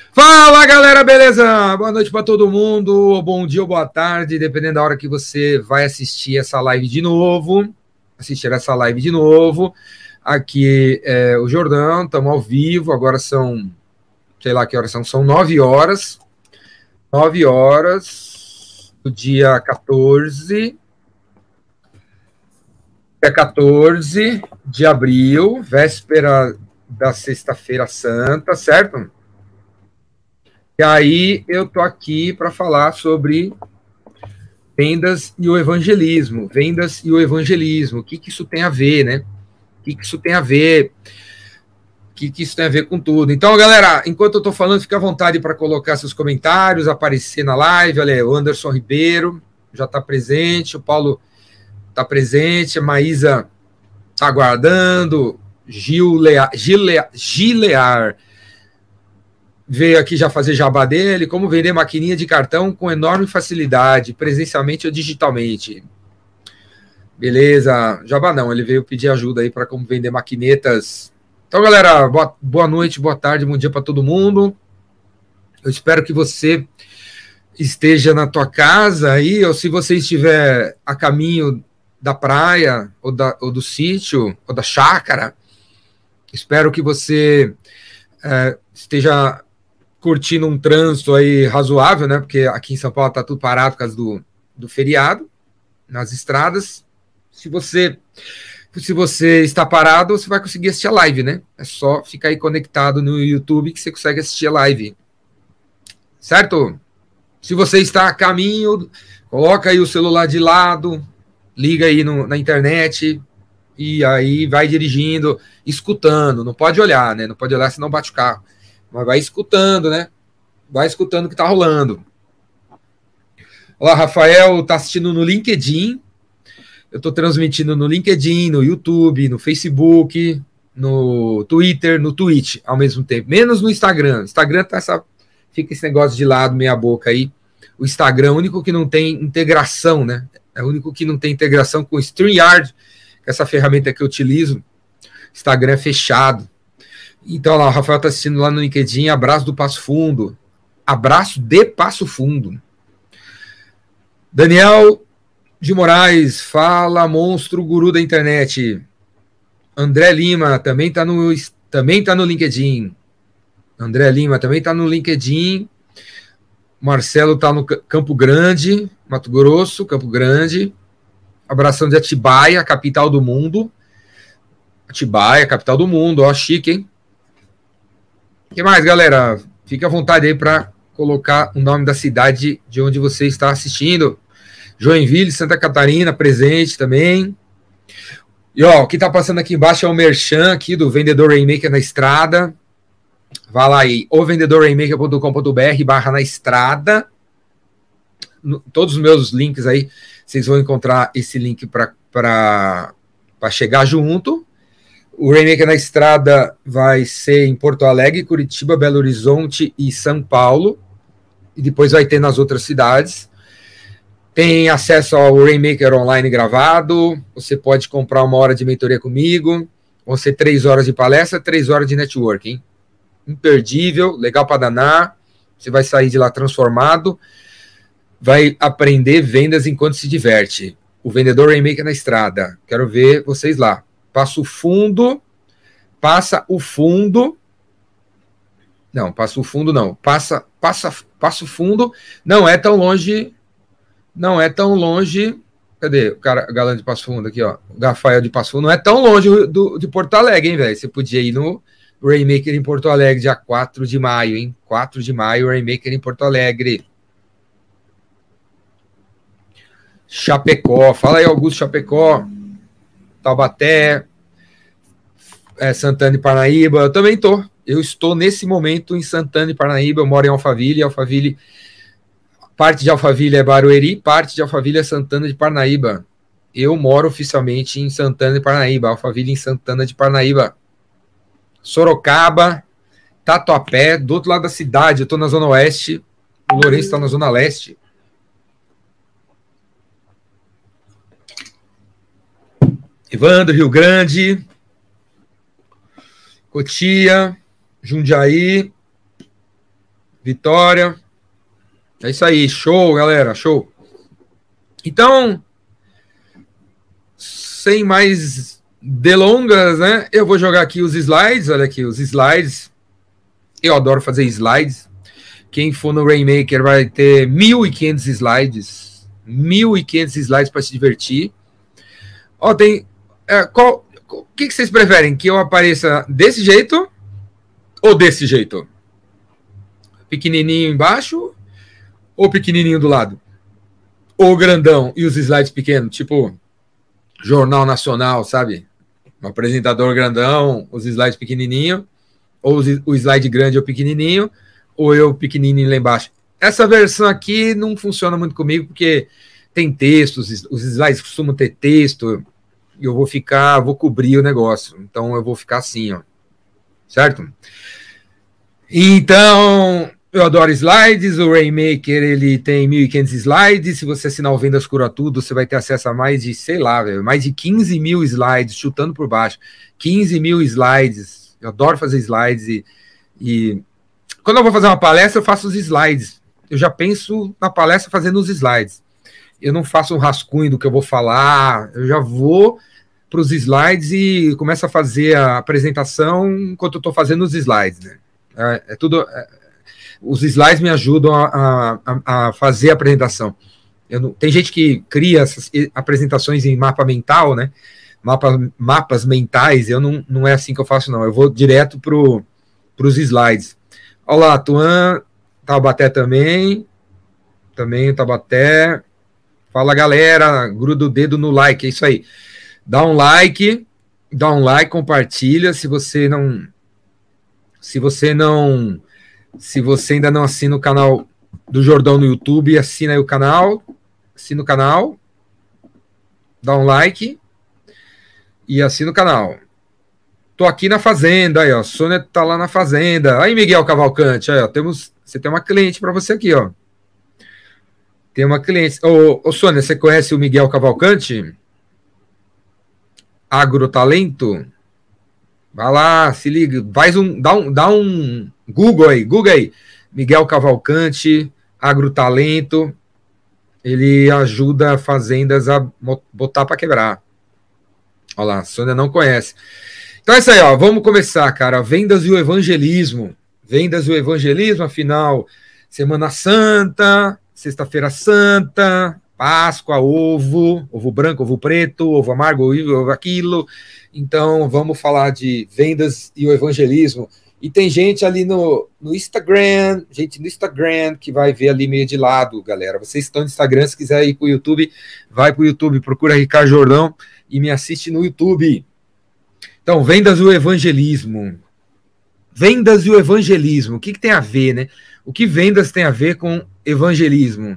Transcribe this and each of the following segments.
Fala galera, beleza? Boa noite para todo mundo, bom dia ou boa tarde, dependendo da hora que você vai assistir essa live de novo. Aqui é o Jordão, estamos ao vivo, agora são, sei lá que horas são 9 horas. 9 horas do dia 14 de abril, véspera da Sexta-feira Santa, certo? E aí eu tô aqui para falar sobre vendas e o evangelismo. Vendas e o evangelismo. O que isso tem a ver, né? O que isso tem a ver? O que isso tem a ver com tudo? Então, galera, enquanto eu tô falando, fica à vontade para colocar seus comentários, aparecer na live. Olha aí, o Anderson Ribeiro já está presente, o Paulo está presente, a Maísa está aguardando, Gilear veio aqui já fazer jabá dele, como vender maquininha de cartão com enorme facilidade, presencialmente ou digitalmente. Beleza, jabá não, ele veio pedir ajuda aí para como vender maquinetas. Então, galera, boa noite, boa tarde, bom dia para todo mundo. Eu espero que você esteja na tua casa aí, ou se você estiver a caminho da praia, ou do sítio, ou da chácara, espero que você esteja curtindo um trânsito aí razoável, né? Porque aqui em São Paulo tá tudo parado por causa do feriado nas estradas. Se você está parado, você vai conseguir assistir a live, né? É só ficar aí conectado no YouTube que você consegue assistir a live. Certo? Se você está a caminho, coloca aí o celular de lado, liga aí na internet e aí vai dirigindo, escutando. Não pode olhar, né? Não pode olhar senão bate o carro. Mas vai escutando, né? Vai escutando o que tá rolando. Olá, Rafael, tá assistindo no LinkedIn. Eu tô transmitindo no LinkedIn, no YouTube, no Facebook, no Twitter, no Twitch ao mesmo tempo. Menos no Instagram. Instagram fica esse negócio de lado, meia boca aí. O Instagram é o único que não tem integração, né? É o único que não tem integração com o StreamYard, que é essa ferramenta que eu utilizo. Instagram é fechado. Então, lá, o Rafael está assistindo lá no LinkedIn, abraço do Passo Fundo. Abraço de Passo Fundo. Daniel de Moraes, fala, monstro guru da internet. André Lima, também está no LinkedIn. André Lima, também está no LinkedIn. Marcelo está no Campo Grande, Mato Grosso, Campo Grande. Abração de Atibaia, capital do mundo. Atibaia, capital do mundo, ó, chique, hein? O que mais, galera? Fique à vontade aí para colocar o nome da cidade de onde você está assistindo. Joinville, Santa Catarina, presente também. E ó, o que está passando aqui embaixo é o merchan aqui do Vendedor Rainmaker na Estrada. Vá lá aí, ovendedorrainmaker.com.br/na estrada. Todos os meus links aí, vocês vão encontrar esse link para chegar junto. O Rainmaker na Estrada vai ser em Porto Alegre, Curitiba, Belo Horizonte e São Paulo. E depois vai ter nas outras cidades. Tem acesso ao Rainmaker online gravado. Você pode comprar 1 hora de mentoria comigo. Vão ser 3 horas de palestra, 3 horas de networking. Imperdível, legal para danar. Você vai sair de lá transformado. Vai aprender vendas enquanto se diverte. O Vendedor Rainmaker na Estrada. Quero ver vocês lá. Passa o fundo. Passa o fundo. Não é tão longe. Não é tão longe. Cadê o cara, o galã de Passo Fundo aqui, ó? O Rafael de Passo Fundo. Não é tão longe de Porto Alegre, hein, velho? Você podia ir no Rainmaker em Porto Alegre, dia 4 de maio, hein? 4 de maio, Rainmaker em Porto Alegre. Chapecó. Fala aí, Augusto Chapecó. Taubaté. Santana e Parnaíba. Eu também tô. Eu estou nesse momento em Santana e Parnaíba. Eu moro em Alphaville. Alphaville, parte de Alphaville é Barueri, parte de Alphaville é Santana de Parnaíba. Eu moro oficialmente em Santana de Parnaíba. Alphaville em Santana de Parnaíba. Sorocaba, Tatuapé, do outro lado da cidade. Eu estou na Zona Oeste. O Lourenço está na Zona Leste. Evandro, Rio Grande, Cotia, Jundiaí, Vitória. É isso aí, show, galera, show. Então, sem mais delongas, né? Eu vou jogar aqui os slides, olha aqui, os slides. Eu adoro fazer slides. Quem for no Rainmaker vai ter 1.500 slides. 1.500 slides para se divertir. Ó, tem... o que vocês preferem? Que eu apareça desse jeito ou desse jeito? Pequenininho embaixo ou pequenininho do lado? Ou grandão e os slides pequenos? Tipo, Jornal Nacional, sabe? Um apresentador grandão, os slides pequenininho. Ou o slide grande ou pequenininho. Ou eu pequenininho lá embaixo. Essa versão aqui não funciona muito comigo, porque tem textos, os slides costumam ter texto, e eu vou cobrir o negócio. Então eu vou ficar assim, ó. Certo? Então, eu adoro slides, o Rainmaker, ele tem 1.500 slides, se você assinar o Vendas Cura Tudo, você vai ter acesso a mais de, sei lá, mais de 15 mil slides, chutando por baixo. 15 mil slides, eu adoro fazer slides, e quando eu vou fazer uma palestra, eu faço os slides. Eu já penso na palestra fazendo os slides. Eu não faço um rascunho do que eu vou falar, eu já vou para os slides e começo a fazer a apresentação enquanto eu estou fazendo os slides, né? Os slides me ajudam a fazer a apresentação. Tem gente que cria essas apresentações em mapa mental, né? Mapas mentais, não é assim que eu faço, não. Eu vou direto para os slides. Olha lá, Tuan, Taubaté também o Taubaté. Fala, galera, gruda o dedo no like, é isso aí. Dá um like, compartilha. Se você ainda não assina o canal do Jordão no YouTube, assina aí o canal, dá um like e assina o canal. Tô aqui na fazenda, aí, ó. Sônia tá lá na fazenda. Aí, Miguel Cavalcante, aí, ó. Você tem uma cliente para você aqui, ó. Tem uma cliente. Ô, Sônia, você conhece o Miguel Cavalcante? Agrotalento? Vai lá, se liga. Dá um Google aí. Miguel Cavalcante, Agrotalento. Ele ajuda fazendas a botar para quebrar. Olha lá, a Sônia não conhece. Então é isso aí, ó. Vamos começar, cara. Vendas e o evangelismo. Afinal, Semana Santa, Sexta-feira Santa, Páscoa, ovo branco, ovo preto, ovo amargo, ovo aquilo. Então, vamos falar de vendas e o evangelismo. E tem gente ali no Instagram, que vai ver ali meio de lado, galera. Vocês estão no Instagram, se quiser ir para o YouTube, vai para o YouTube, procura Ricardo Jordão e me assiste no YouTube. Então, vendas e o evangelismo. O que tem a ver, né? O que vendas tem a ver com evangelismo?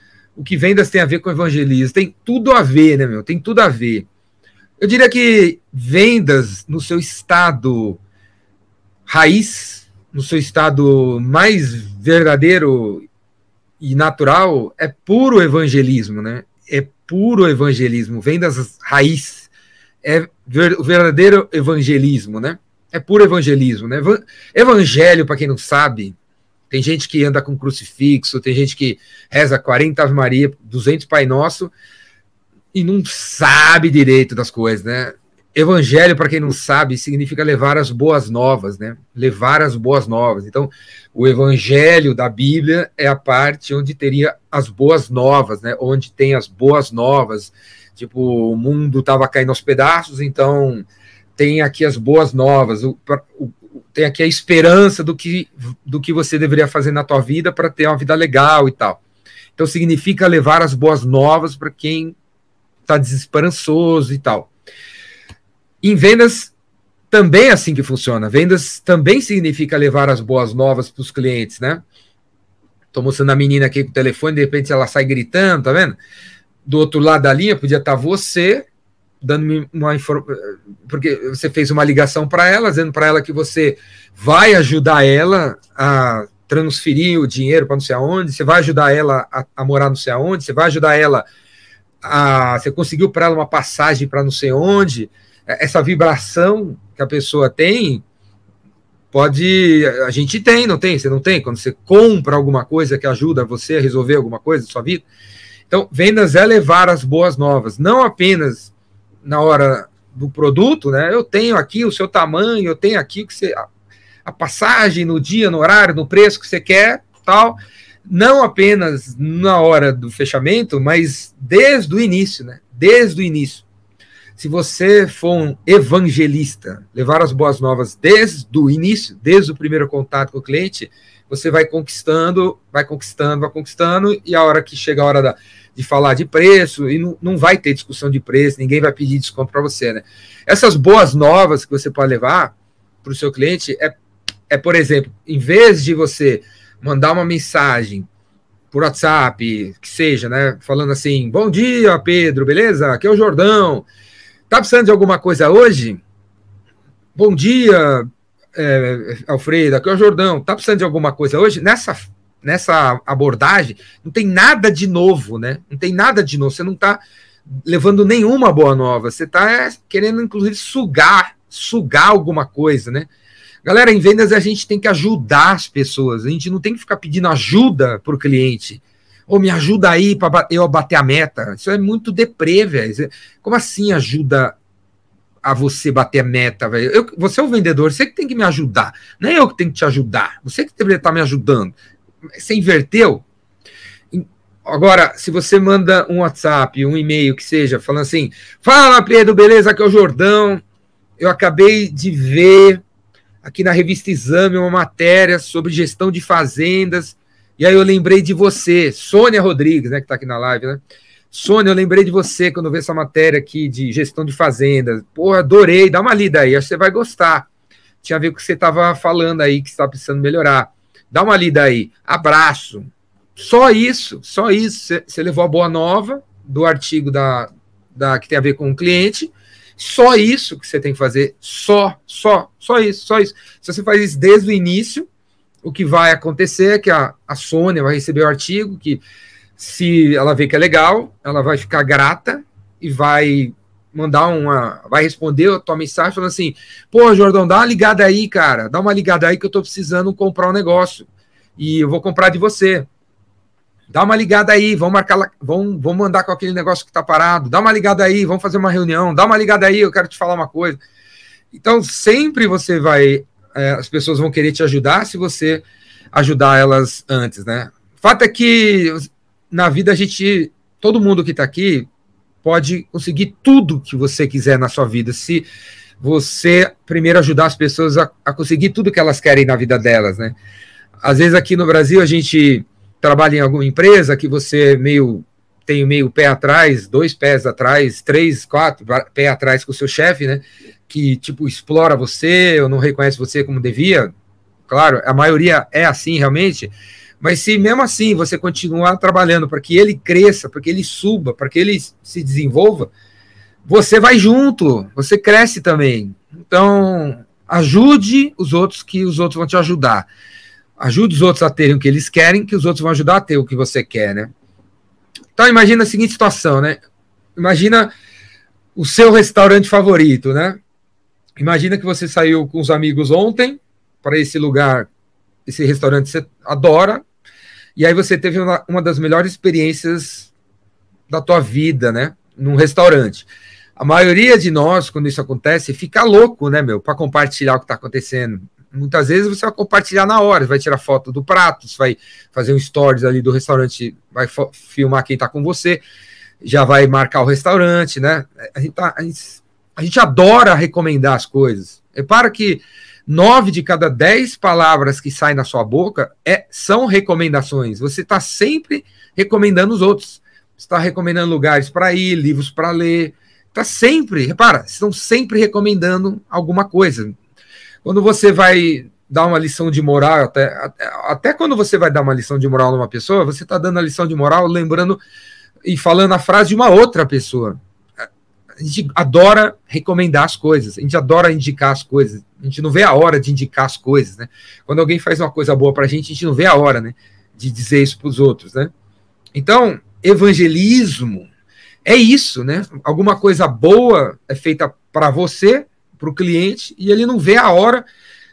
Tem tudo a ver, né, meu? Tem tudo a ver. Eu diria que vendas no seu estado raiz, no seu estado mais verdadeiro e natural, é puro evangelismo, né? É puro evangelismo. Vendas raiz é o verdadeiro evangelismo, né? É puro evangelismo, né? Evangelho, para quem não sabe, tem gente que anda com crucifixo, tem gente que reza 40 Ave Maria, 200 Pai Nosso e não sabe direito das coisas, né? Evangelho, para quem não sabe, significa levar as boas novas, né? Levar as boas novas. Então, o evangelho da Bíblia é a parte onde teria as boas novas, né? Onde tem as boas novas. Tipo, o mundo estava caindo aos pedaços, então tem aqui as boas novas, tem aqui a esperança do que você deveria fazer na tua vida para ter uma vida legal e tal. Então significa levar as boas novas para quem está desesperançoso e tal. Em vendas também é assim que funciona. Vendas também significa levar as boas novas para os clientes, né? Estou mostrando a menina aqui com o telefone, de repente ela sai gritando, tá vendo? Do outro lado da linha podia estar você dando uma informação, porque você fez uma ligação para ela, dizendo para ela que você vai ajudar ela a transferir o dinheiro para não sei aonde, você vai ajudar ela a morar não sei aonde, você vai ajudar ela você conseguiu para ela uma passagem para não sei onde. Essa vibração que a pessoa tem a gente tem, não tem? Você não tem? Quando você compra alguma coisa que ajuda você a resolver alguma coisa da sua vida. Então, vendas é levar as boas novas, não apenas na hora do produto, né? Eu tenho aqui o seu tamanho, eu tenho aqui que você, a passagem no dia, no horário, no preço que você quer, tal. Não apenas na hora do fechamento, mas desde o início, né? Desde o início. Se você for um evangelista, levar as boas novas desde o início, desde o primeiro contato com o cliente, você vai conquistando, e a hora que chega a hora de falar de preço, e não vai ter discussão de preço, ninguém vai pedir desconto para você, né? Essas boas novas que você pode levar para o seu cliente por exemplo, em vez de você mandar uma mensagem por WhatsApp, que seja, né, falando assim, bom dia, Pedro, beleza? Aqui é o Jordão. Tá precisando de alguma coisa hoje? Bom dia, Alfredo, aqui é o Jordão. Tá precisando de alguma coisa hoje? Nessa abordagem, não tem nada de novo, né? Não tem nada de novo. Você não tá levando nenhuma boa nova. Você tá querendo, inclusive, sugar alguma coisa, né? Galera, em vendas a gente tem que ajudar as pessoas. A gente não tem que ficar pedindo ajuda para o cliente. Ou me ajuda aí para eu bater a meta. Isso é muito deprê, velho. Como assim ajuda a você bater a meta, velho? Você é o vendedor, você que tem que me ajudar. Não é eu que tenho que te ajudar. Você que deveria estar me ajudando. Você inverteu? Agora, se você manda um WhatsApp, um e-mail, que seja, falando assim, fala, Pedro, beleza? Aqui é o Jordão. Eu acabei de ver aqui na revista Exame uma matéria sobre gestão de fazendas. E aí eu lembrei de você, Sônia Rodrigues, né, que está aqui na live, né? Sônia, eu lembrei de você quando eu vi essa matéria aqui de gestão de fazendas. Pô, adorei, dá uma lida aí, acho que você vai gostar. Tinha a ver com o que você estava falando aí, que você está precisando melhorar. Dá uma lida aí, abraço. Só isso. Você levou a boa nova do artigo que tem a ver com o cliente. Só isso que você tem que fazer, só isso. Se você faz isso desde o início, o que vai acontecer é que a Sônia vai receber o artigo, que se ela ver que é legal, ela vai ficar grata e vai vai responder a tua mensagem falando assim, pô, Jordão, dá uma ligada aí, cara, dá uma ligada aí que eu tô precisando comprar um negócio e eu vou comprar de você. Dá uma ligada aí, vamos mandar com aquele negócio que tá parado, dá uma ligada aí, vamos fazer uma reunião, dá uma ligada aí, eu quero te falar uma coisa. Então, sempre você as pessoas vão querer te ajudar se você ajudar elas antes, né? O fato é que na vida todo mundo que está aqui pode conseguir tudo que você quiser na sua vida, se você primeiro ajudar as pessoas a conseguir tudo que elas querem na vida delas, né? Às vezes aqui no Brasil a gente trabalha em alguma empresa que você tem meio pé atrás, 2 pés atrás, 3, 4 pés atrás com o seu chefe, né? Que, tipo, explora você ou não reconhece você como devia. Claro, a maioria é assim, realmente. Mas se mesmo assim você continuar trabalhando para que ele cresça, para que ele suba, para que ele se desenvolva, você vai junto, você cresce também. Então, ajude os outros, que os outros vão te ajudar. Ajude os outros a terem o que eles querem, que os outros vão ajudar a ter o que você quer, né? Então, imagina a seguinte situação, né? Imagina o seu restaurante favorito, né? Imagina que você saiu com os amigos ontem para esse lugar, esse restaurante que você adora, e aí você teve uma das melhores experiências da tua vida, né? Num restaurante. A maioria de nós, quando isso acontece, fica louco, né, para compartilhar o que está acontecendo. Muitas vezes você vai compartilhar na hora, vai tirar foto do prato, você vai fazer um stories ali do restaurante, vai filmar quem está com você, já vai marcar o restaurante, né? A gente adora recomendar as coisas. Repara que 9 de cada 10 palavras que saem na sua boca são recomendações. Você está sempre recomendando os outros. Você está recomendando lugares para ir, livros para ler. Está sempre, repara, estão sempre recomendando alguma coisa. Quando você vai dar uma lição de moral, até quando você vai dar uma lição de moral numa pessoa, você está dando a lição de moral lembrando e falando a frase de uma outra pessoa. A gente adora recomendar as coisas, a gente adora indicar as coisas, a gente não vê a hora de indicar as coisas, né? Quando alguém faz uma coisa boa pra gente, a gente não vê a hora, né, de dizer isso pros outros, né? Então, evangelismo é isso, né? Alguma coisa boa é feita para você, para o cliente, e ele não vê a hora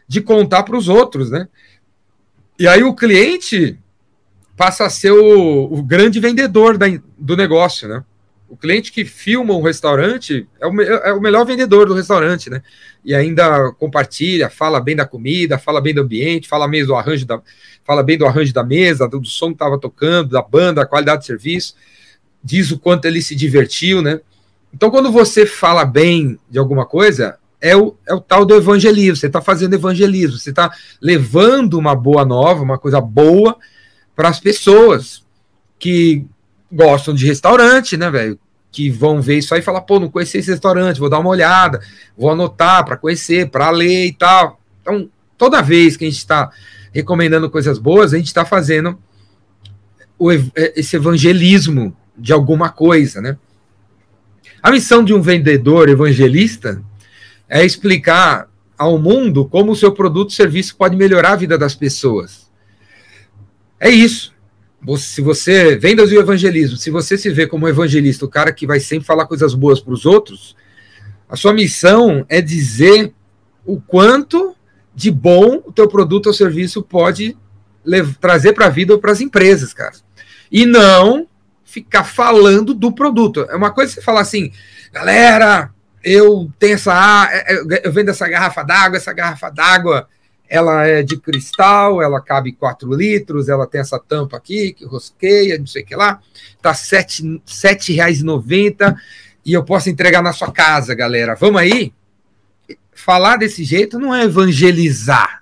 de contar para os outros, né? E aí o cliente passa a ser o grande vendedor do negócio, né? O cliente que filma um restaurante é o melhor vendedor do restaurante, né? E ainda compartilha, fala bem da comida, fala bem do ambiente, fala bem do arranjo da mesa, do som que estava tocando, da banda, da qualidade do serviço, diz o quanto ele se divertiu, né? Então, quando você fala bem de alguma coisa, é o tal do evangelismo. Você está fazendo evangelismo, você está levando uma boa nova, uma coisa boa para as pessoas que gostam de restaurante, né, velho? Que vão ver isso aí e falar, pô, não conheci esse restaurante, vou dar uma olhada, vou anotar para conhecer, para ler e tal. Então, toda vez que a gente está recomendando coisas boas, a gente está fazendo esse evangelismo de alguma coisa, né? A missão de um vendedor evangelista é explicar ao mundo como o seu produto ou serviço pode melhorar a vida das pessoas. É isso. Se você, vendas e o evangelismo, se você se vê como evangelista, o cara que vai sempre falar coisas boas para os outros, a sua missão é dizer o quanto de bom o teu produto ou serviço pode trazer para a vida ou para as empresas, cara. E não ficar falando do produto. É uma coisa você falar assim, galera, eu vendo essa garrafa d'água, ela é de cristal, ela cabe 4 litros, ela tem essa tampa aqui, que rosqueia, não sei o que lá, tá R$ 7,90 e eu posso entregar na sua casa, galera. Vamos aí? Falar desse jeito não é evangelizar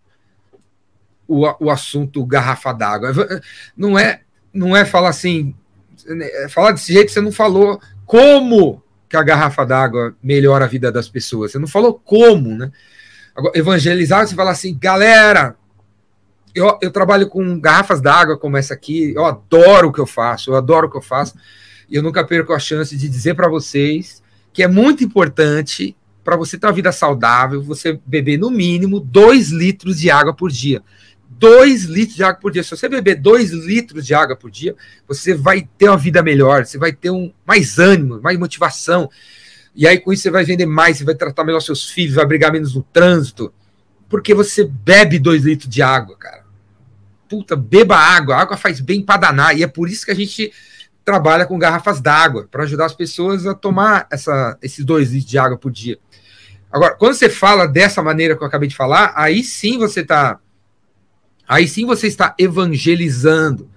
o assunto garrafa d'água. Não é falar assim, falar desse jeito, você não falou como que a garrafa d'água melhora a vida das pessoas, você não falou como, né? Agora, evangelizar, você fala assim, galera, eu trabalho com garrafas d'água como essa aqui, eu adoro o que eu faço, e eu nunca perco a chance de dizer para vocês que é muito importante para você ter uma vida saudável, você beber no mínimo 2 litros de água por dia. 2 litros de água por dia. Se você beber 2 litros de água por dia, você vai ter uma vida melhor, você vai ter mais ânimo, mais motivação. E aí, com isso, você vai vender mais, você vai tratar melhor seus filhos, vai brigar menos no trânsito, porque você bebe 2 litros de água, cara. Puta, beba água. A água faz bem pra danar. E é por isso que a gente trabalha com garrafas d'água, para ajudar as pessoas a tomar esses 2 litros de água por dia. Agora, quando você fala dessa maneira que eu acabei de falar, aí sim você está evangelizando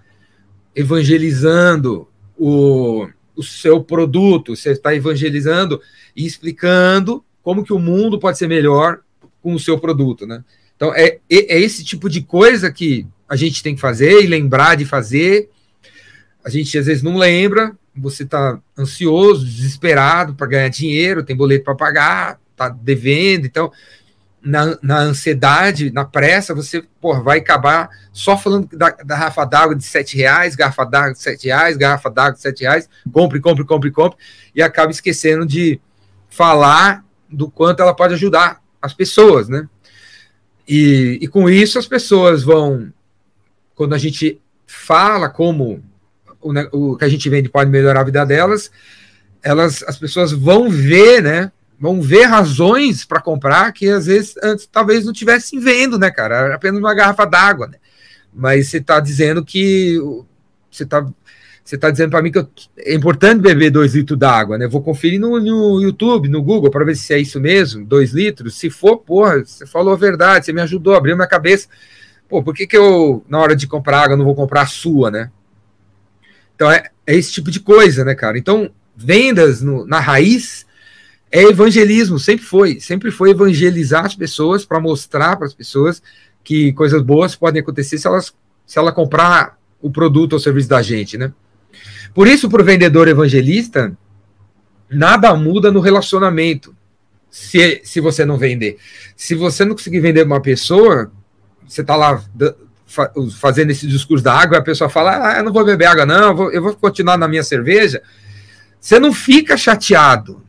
o seu produto, você está evangelizando e explicando como que o mundo pode ser melhor com o seu produto, né? Então, é esse tipo de coisa que a gente tem que fazer e lembrar de fazer. A gente, às vezes, não lembra, você está ansioso, desesperado para ganhar dinheiro, tem boleto para pagar, está devendo, então, na ansiedade, na pressa, você vai acabar só falando da garrafa d'água de R$7, garrafa d'água de R$7, garrafa d'água de R$7, compre, e acaba esquecendo de falar do quanto ela pode ajudar as pessoas, né? E com isso as pessoas vão, quando a gente fala como o que a gente vende pode melhorar a vida delas, as pessoas vão ver, né? Vão ver razões para comprar que às vezes antes talvez não tivessem vendo, né, cara? Era apenas uma garrafa d'água, né? Mas você está dizendo que você tá dizendo para mim que é importante beber 2 litros d'água, né? Vou conferir no YouTube, no Google, para ver se é isso mesmo, 2 litros. Se for, porra, você falou a verdade, você me ajudou, abriu minha cabeça. Pô, por que eu, na hora de comprar água, não vou comprar a sua, né? Então é esse tipo de coisa, né, cara? Então, vendas na raiz é evangelismo, sempre foi evangelizar as pessoas para mostrar para as pessoas que coisas boas podem acontecer se ela comprar o produto ou serviço da gente, né? Por isso, para o vendedor evangelista, nada muda no relacionamento se você não vender. Se você não conseguir vender uma pessoa, você está lá fazendo esse discurso da água, a pessoa fala, eu não vou beber água não, eu vou continuar na minha cerveja. Você não fica chateado.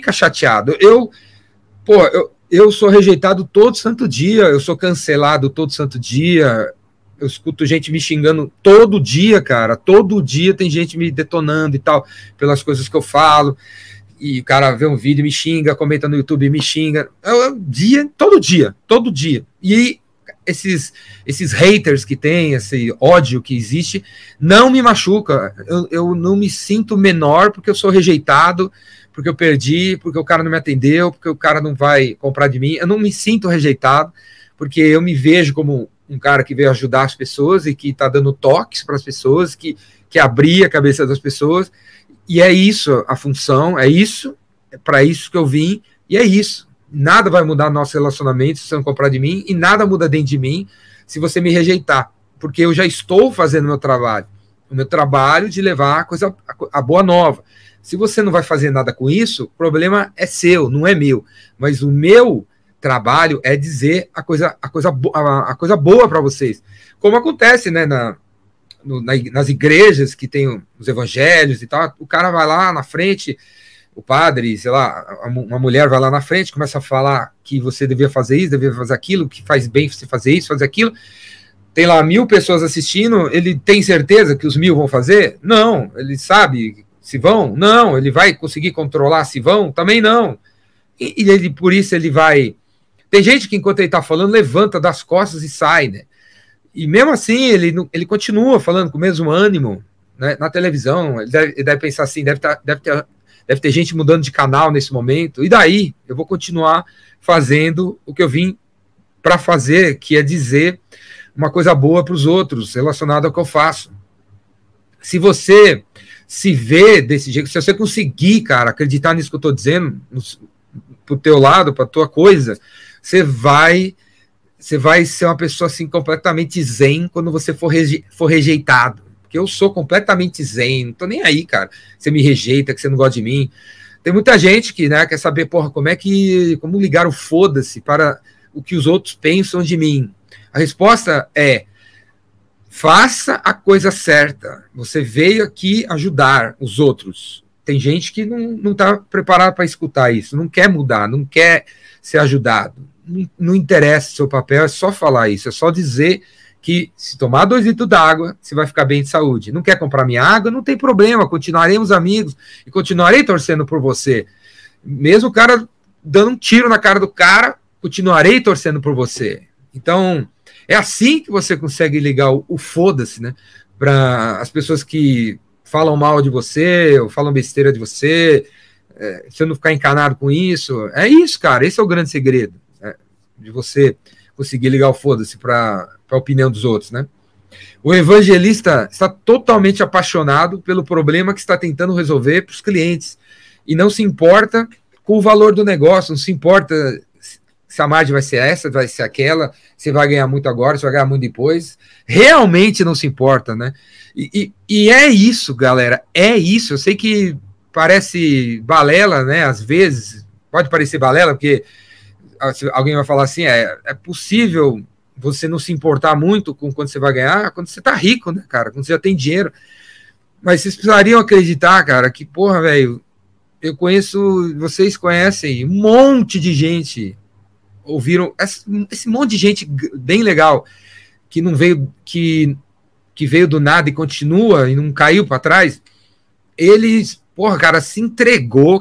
Eu sou rejeitado todo santo dia, eu sou cancelado todo santo dia, eu escuto gente me xingando todo dia, cara. Todo dia tem gente me detonando e tal, pelas coisas que eu falo. e o cara vê um vídeo, me xinga, comenta no YouTube, me xinga, todo dia. E esses haters que tem, esse ódio que existe, não me machuca. Eu não me sinto menor porque eu sou rejeitado, porque eu perdi, porque o cara não me atendeu, porque o cara não vai comprar de mim. Eu não me sinto rejeitado, porque eu me vejo como um cara que veio ajudar as pessoas e que está dando toques para as pessoas, que abrir a cabeça das pessoas. E é isso a função, é para isso que eu vim, e é isso. Nada vai mudar nosso relacionamento se você não comprar de mim, e nada muda dentro de mim se você me rejeitar, porque eu já estou fazendo o meu trabalho de levar a boa nova. Se você não vai fazer nada com isso, o problema é seu, não é meu. Mas o meu trabalho é dizer a coisa boa para vocês. Como acontece, né, nas igrejas que tem os evangelhos e tal, o cara vai lá na frente, o padre, sei lá, uma mulher vai lá na frente, começa a falar que você devia fazer isso, devia fazer aquilo, que faz bem você fazer isso, fazer aquilo. Tem lá 1000 pessoas assistindo, ele tem certeza que os 1000 vão fazer? Não. Ele sabe se vão? Não. Ele vai conseguir controlar se vão? Também não. E ele, por isso ele vai... Tem gente que enquanto ele está falando, levanta das costas e sai, né? E mesmo assim, ele continua falando com o mesmo ânimo, né, na televisão. Ele deve pensar assim, deve ter gente mudando de canal nesse momento. E daí, eu vou continuar fazendo o que eu vim para fazer, que é dizer uma coisa boa para os outros, relacionado ao que eu faço. Se você se vê desse jeito, se você conseguir, cara, acreditar nisso que eu estou dizendo, pro teu lado, para tua coisa, você vai ser uma pessoa assim completamente zen quando você for rejeitado. Porque eu sou completamente zen, não tô nem aí, cara. Você me rejeita, que você não gosta de mim. Tem muita gente que, né, quer saber, porra, como ligar o foda-se para o que os outros pensam de mim. A resposta é: faça a coisa certa. Você veio aqui ajudar os outros. Tem gente que não está preparada para escutar isso, não quer mudar, não quer ser ajudado. Não interessa o seu papel, é só falar isso, é só dizer que se tomar 2 litros d'água, você vai ficar bem de saúde. Não quer comprar minha água? Não tem problema, continuaremos amigos e continuarei torcendo por você. Mesmo o cara dando um tiro na cara do cara, continuarei torcendo por você. Então, é assim que você consegue ligar o foda-se, né, para as pessoas que falam mal de você, ou falam besteira de você, você não ficar encanado com isso. É isso, cara, esse é o grande segredo, de você conseguir ligar o foda-se para a opinião dos outros, né? O evangelista está totalmente apaixonado pelo problema que está tentando resolver para os clientes e não se importa com o valor do negócio, não se importa se a margem vai ser essa, vai ser aquela, se vai ganhar muito agora, se vai ganhar muito depois. Realmente não se importa, né? E é isso, galera, é isso. Eu sei que parece balela, né? Às vezes pode parecer balela, porque alguém vai falar assim, é possível você não se importar muito com quanto você vai ganhar quando você tá rico, né, cara? Quando você já tem dinheiro. Mas vocês precisariam acreditar, cara, que, porra, velho, vocês conhecem um monte de gente, ouviram, esse monte de gente bem legal, que não veio, que veio do nada e continua e não caiu para trás. Eles, porra, cara, se entregou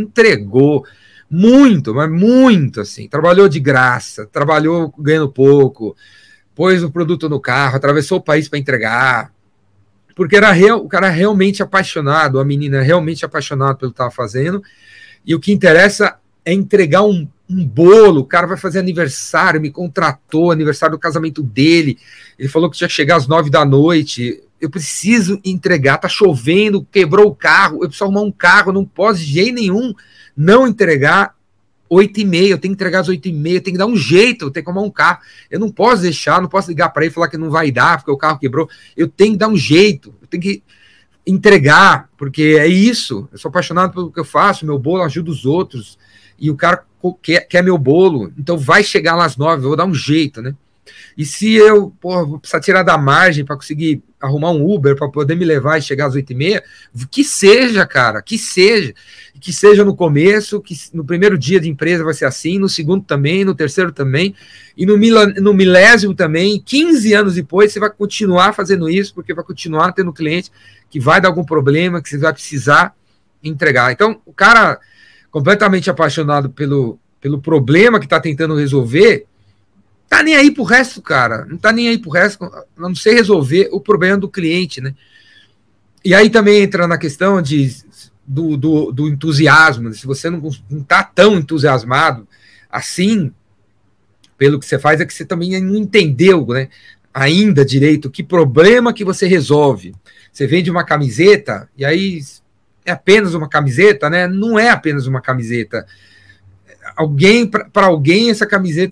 muito, mas muito, assim, trabalhou de graça, trabalhou ganhando pouco, pôs o produto no carro, atravessou o país para entregar, porque o cara realmente apaixonado, a menina realmente apaixonada pelo que estava fazendo, e o que interessa é entregar um bolo. O cara vai fazer aniversário, me contratou, aniversário do casamento dele, ele falou que tinha que chegar às 9 da noite, eu preciso entregar, tá chovendo, quebrou o carro, eu preciso arrumar um carro, não posso de jeito nenhum não entregar 8h30, eu tenho que entregar às 8h30, eu tenho que dar um jeito, eu tenho que arrumar um carro, eu não posso deixar, não posso ligar para ele e falar que não vai dar, porque o carro quebrou, eu tenho que dar um jeito, eu tenho que entregar, porque é isso, eu sou apaixonado pelo que eu faço, meu bolo ajuda os outros, e o cara quer meu bolo, então vai chegar lá às 9, eu vou dar um jeito, né? E se eu, vou precisar tirar da margem para conseguir arrumar um Uber para poder me levar e chegar às 8h30, que seja, cara, que seja no começo, que no primeiro dia de empresa vai ser assim, no segundo também, no terceiro também, e no milésimo também, 15 anos depois você vai continuar fazendo isso, porque vai continuar tendo cliente que vai dar algum problema, que você vai precisar entregar. Então, o cara completamente apaixonado pelo problema que está tentando resolver, tá nem aí pro resto, cara. Não tá nem aí pro resto, a não ser resolver o problema do cliente, né? E aí também entra na questão do entusiasmo. Se você não tá tão entusiasmado assim pelo que você faz, é que você também não entendeu, né, ainda direito que problema que você resolve. Você vende uma camiseta e aí é apenas uma camiseta, né? Não é apenas uma camiseta. Para alguém essa camiseta